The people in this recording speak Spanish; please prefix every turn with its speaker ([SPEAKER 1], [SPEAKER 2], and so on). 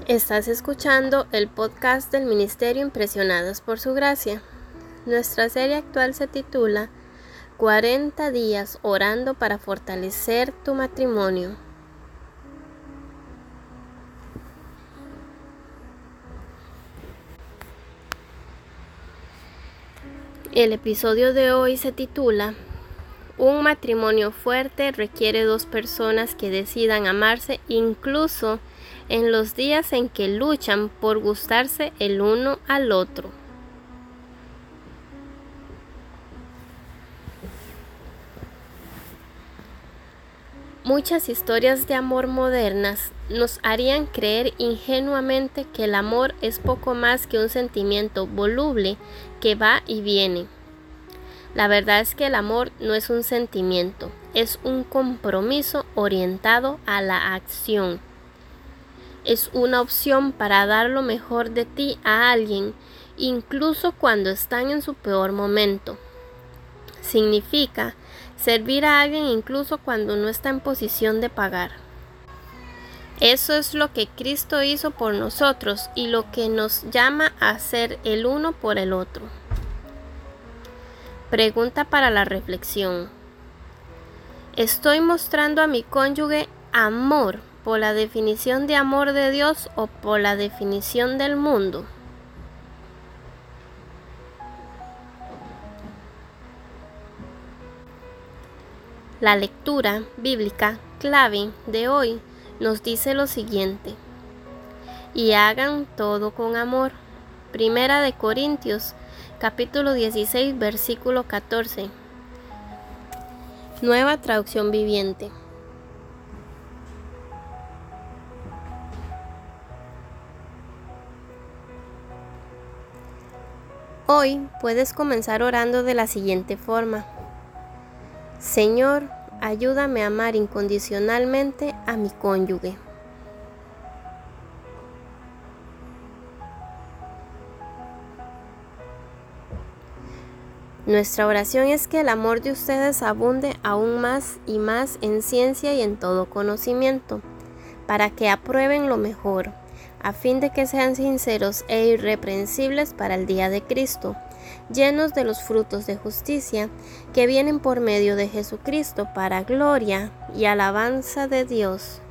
[SPEAKER 1] Estás escuchando el podcast del Ministerio Impresionados por Su Gracia. Nuestra serie actual se titula 40 días orando para fortalecer tu matrimonio. El episodio de hoy se titula Un matrimonio fuerte requiere dos personas que decidan amarse incluso en los días en que luchan por gustarse el uno al otro. Muchas historias de amor modernas nos harían creer ingenuamente que el amor es poco más que un sentimiento voluble que va y viene. La verdad es que el amor no es un sentimiento, es un compromiso orientado a la acción. Es una opción para dar lo mejor de ti a alguien, incluso cuando están en su peor momento. Significa servir a alguien incluso cuando no está en posición de pagar. Eso es lo que Cristo hizo por nosotros y lo que nos llama a ser el uno por el otro. Pregunta para la reflexión. ¿Estoy mostrando a mi cónyuge amor por la definición de amor de Dios o por la definición del mundo? La lectura bíblica clave de hoy nos dice lo siguiente: y hagan todo con amor. Primera de Corintios, capítulo 16, versículo 14. Nueva traducción viviente. Hoy puedes comenzar orando de la siguiente forma: Señor, ayúdame a amar incondicionalmente a mi cónyuge. Nuestra oración es que el amor de ustedes abunde aún más y más en ciencia y en todo conocimiento, para que aprueben lo mejor, a fin de que sean sinceros e irreprensibles para el día de Cristo, llenos de los frutos de justicia que vienen por medio de Jesucristo para gloria y alabanza de Dios.